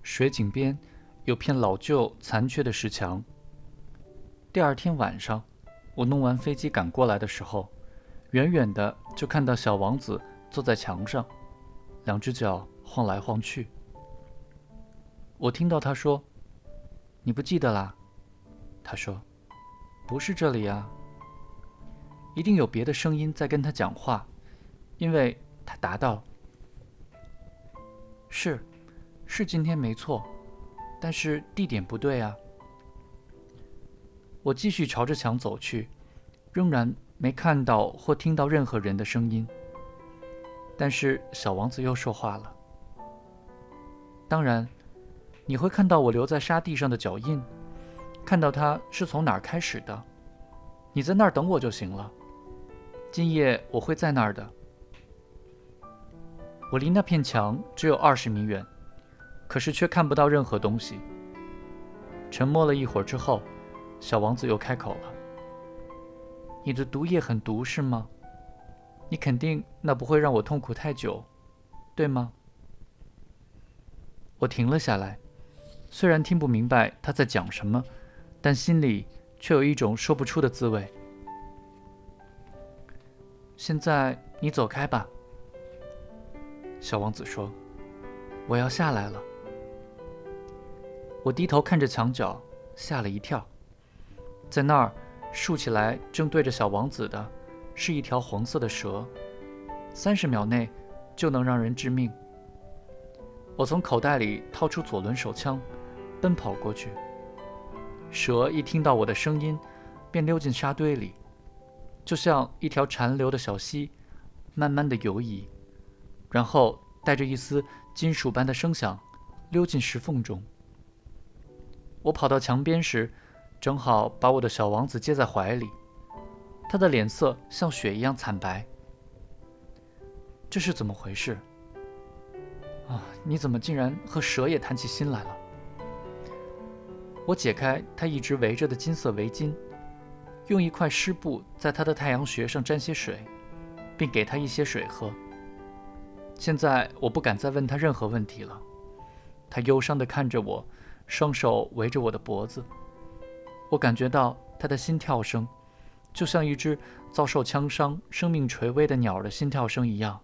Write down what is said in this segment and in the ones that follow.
水井边有片老旧残缺的石墙。第二天晚上，我弄完飞机赶过来的时候，远远的就看到小王子坐在墙上，两只脚晃来晃去。我听到他说：你不记得啦？他说：不是这里啊。一定有别的声音在跟他讲话，因为他答道：是今天没错，但是地点不对啊。我继续朝着墙走去，仍然没看到或听到任何人的声音。但是小王子又说话了：当然，你会看到我留在沙地上的脚印，看到它是从哪儿开始的。你在那儿等我就行了，今夜我会在那儿的。我离那片墙只有20米远，可是却看不到任何东西。沉默了一会儿之后，小王子又开口了：你的毒液很毒是吗？你肯定那不会让我痛苦太久，对吗？我停了下来，虽然听不明白他在讲什么，但心里却有一种说不出的滋味。现在你走开吧，小王子说，我要下来了。我低头看着墙角，吓了一跳。在那儿竖起来正对着小王子的是一条黄色的蛇，30秒内就能让人致命。我从口袋里掏出左轮手枪，奔跑过去。蛇一听到我的声音，便溜进沙堆里，就像一条潺流的小溪，慢慢地游移，然后带着一丝金属般的声响溜进石缝中。我跑到墙边时，正好把我的小王子接在怀里，他的脸色像雪一样惨白。这是怎么回事？你怎么竟然和蛇也谈起心来了？我解开他一直围着的金色围巾，用一块湿布在他的太阳穴上沾些水，并给他一些水喝。现在我不敢再问他任何问题了。他忧伤地看着我，双手围着我的脖子。我感觉到他的心跳声，就像一只遭受枪伤、生命垂危的鸟的心跳声一样。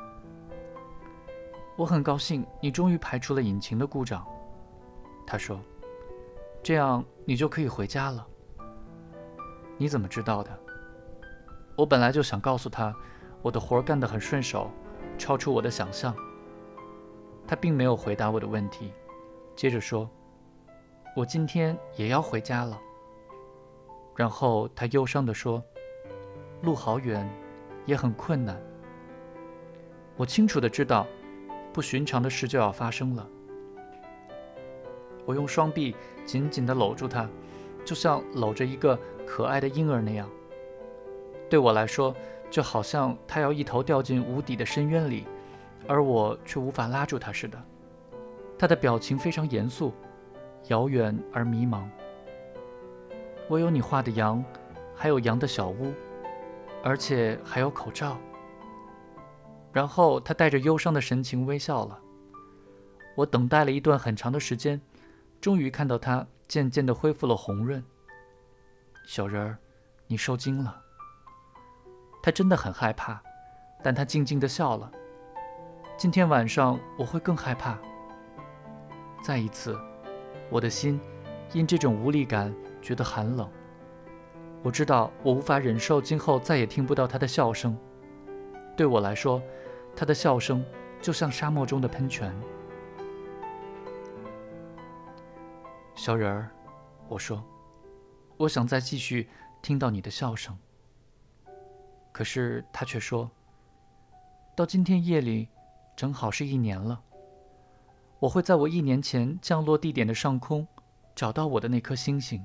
我很高兴你终于排除了引擎的故障，他说，这样你就可以回家了。你怎么知道的？我本来就想告诉他，我的活干得很顺手，超出我的想象。他并没有回答我的问题，接着说，我今天也要回家了。然后他忧伤地说，路好远，也很困难。我清楚地知道，不寻常的事就要发生了。我用双臂紧紧地搂住他，就像搂着一个可爱的婴儿那样。对我来说，就好像他要一头掉进无底的深渊里，而我却无法拉住他似的。他的表情非常严肃，遥远而迷茫。我有你画的羊，还有羊的小屋，而且还有口罩。然后他带着忧伤的神情微笑了。我等待了一段很长的时间，终于看到他渐渐地恢复了红润。小人儿，你受惊了。他真的很害怕，但他静静地笑了。今天晚上我会更害怕。再一次，我的心因这种无力感觉得寒冷。我知道我无法忍受今后再也听不到他的笑声。对我来说，他的笑声就像沙漠中的喷泉。小人儿，我说，我想再继续听到你的笑声。可是他却说，到今天夜里正好是1年了。我会在我1年前降落地点的上空找到我的那颗星星。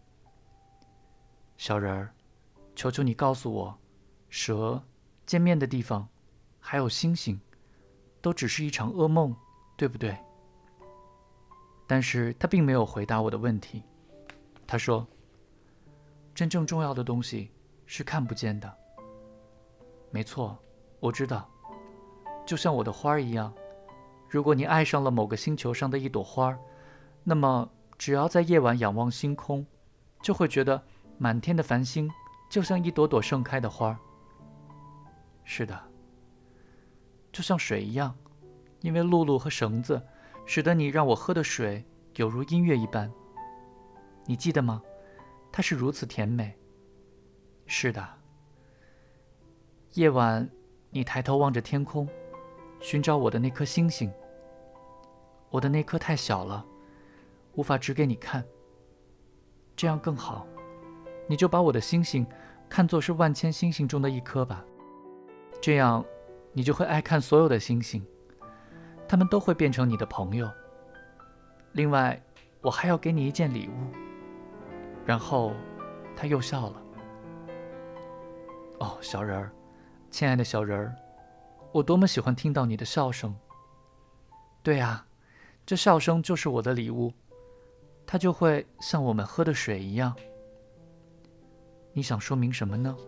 小人儿，求求你告诉我，蛇见面的地方还有星星都只是一场噩梦，对不对？但是他并没有回答我的问题。他说，真正重要的东西是看不见的。没错，我知道，就像我的花一样， 如果你爱上了某个星球上的一朵花，那么只要在夜晚仰望星空，就会觉得满天的繁星就像一朵朵盛开的花。是的，就像水一样，因为露露和绳子使得你让我喝的水有如音乐一般。你记得吗？它是如此甜美。是的，夜晚你抬头望着天空，寻找我的那颗星星。我的那颗太小了，无法指给你看。这样更好，你就把我的星星看作是万千星星中的一颗吧。这样你就会爱看所有的星星，它们都会变成你的朋友。另外，我还要给你一件礼物。然后他又笑了。哦，小人儿，亲爱的小人儿，我多么喜欢听到你的笑声。对啊，这笑声就是我的礼物，它就会像我们喝的水一样。你想说明什么呢？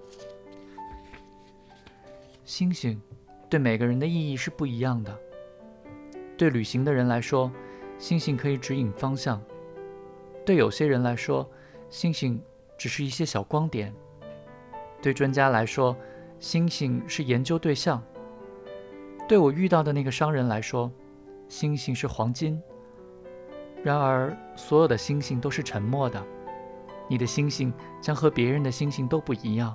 星星对每个人的意义是不一样的。对旅行的人来说，星星可以指引方向；对有些人来说，星星只是一些小光点；对专家来说，星星是研究对象；对我遇到的那个商人来说，星星是黄金。然而，所有的星星都是沉默的，你的星星将和别人的星星都不一样。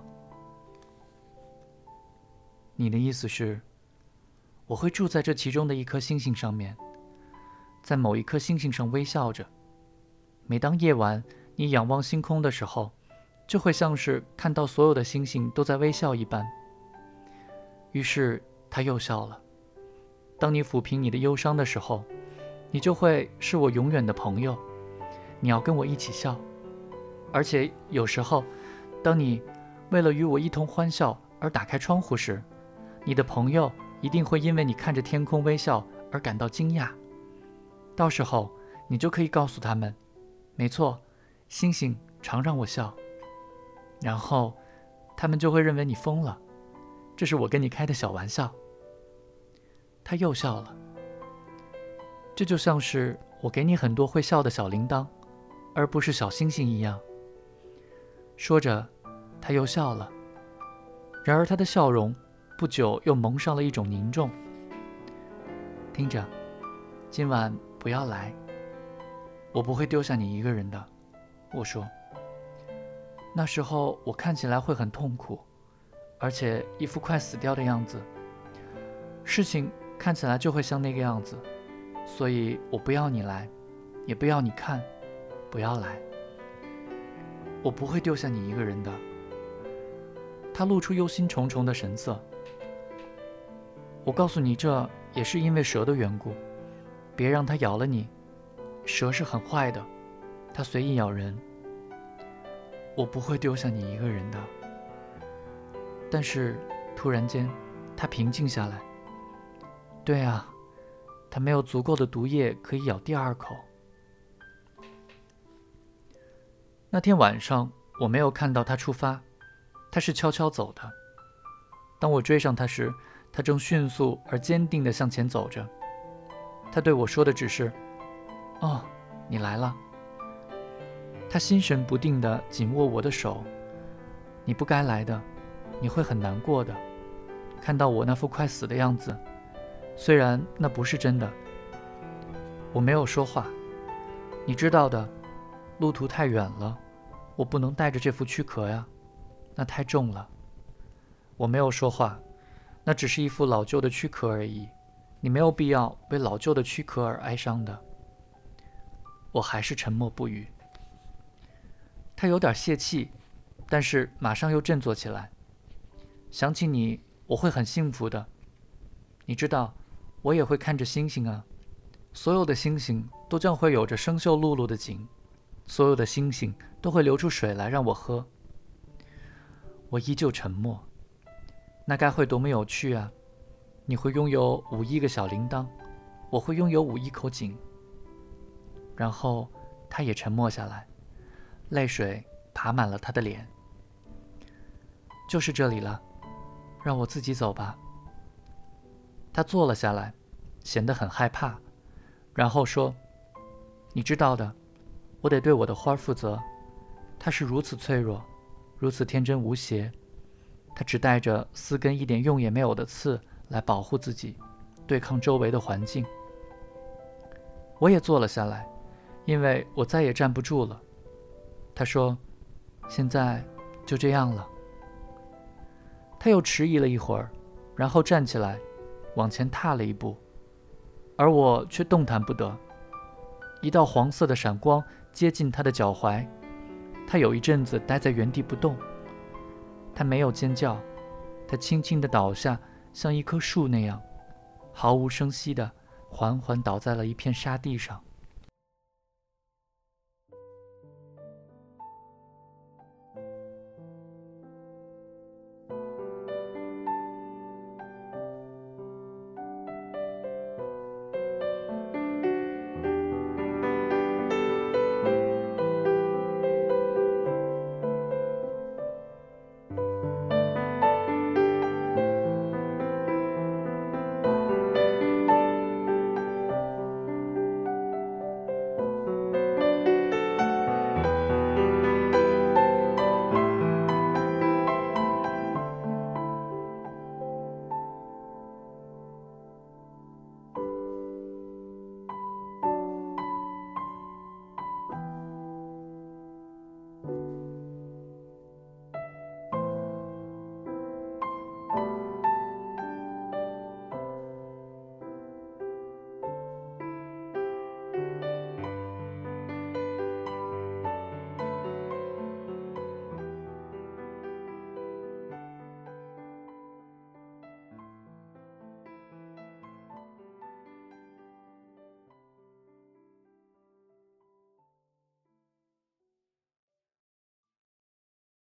你的意思是，我会住在这其中的一颗星星上面，在某一颗星星上微笑着。每当夜晚你仰望星空的时候，就会像是看到所有的星星都在微笑一般。于是他又笑了。当你抚平你的忧伤的时候，你就会是我永远的朋友。你要跟我一起笑，而且有时候，当你为了与我一同欢笑而打开窗户时，你的朋友一定会因为你看着天空微笑而感到惊讶。到时候你就可以告诉他们，没错，星星常让我笑。然后他们就会认为你疯了，这是我跟你开的小玩笑。他又笑了。这就像是我给你很多会笑的小铃铛，而不是小星星一样。说着，他又笑了。然而他的笑容不久又蒙上了一种凝重。听着，今晚不要来，我不会丢下你一个人的。我说，那时候我看起来会很痛苦，而且一副快死掉的样子。事情看起来就会像那个样子，所以我不要你来，也不要你看，不要来。我不会丢下你一个人的。他露出忧心忡忡的神色。我告诉你，这也是因为蛇的缘故，别让它咬了你。蛇是很坏的，它随意咬人。我不会丢下你一个人的。但是突然间，他平静下来。对啊，他没有足够的毒液可以咬第二口。那天晚上我没有看到他出发，他是悄悄走的。当我追上他时，他正迅速而坚定地向前走着。他对我说的只是：“哦，你来了。”他心神不定地紧握我的手。你不该来的，你会很难过的。看到我那副快死的样子，虽然那不是真的。我没有说话。你知道的，路途太远了，我不能带着这副躯壳呀，那太重了。我没有说话，那只是一副老旧的躯壳而已，你没有必要为老旧的躯壳而哀伤的。我还是沉默不语。他有点泄气，但是马上又振作起来。想起你，我会很幸福的。你知道，我也会看着星星啊，所有的星星都将会有着生锈碌碌的景，所有的星星都会流出水来让我喝。我依旧沉默。那该会多么有趣啊！你会拥有5亿个小铃铛，我会拥有5亿口井。然后他也沉默下来，泪水爬满了他的脸。就是这里了，让我自己走吧。他坐了下来， 显得很害怕，然后说：“你知道的，我得对我的花负责。它是如此脆弱，如此天真无邪。它只带着4根一点用也没有的刺来保护自己，对抗周围的环境。”我也坐了下来，因为我再也站不住了。他说：“现在就这样了。”他又迟疑了一会儿，然后站起来，往前踏了一步，而我却动弹不得。一道黄色的闪光接近他的脚踝，他有一阵子待在原地不动。他没有尖叫，他轻轻地倒下，像一棵树那样，毫无声息地缓缓倒在了一片沙地上。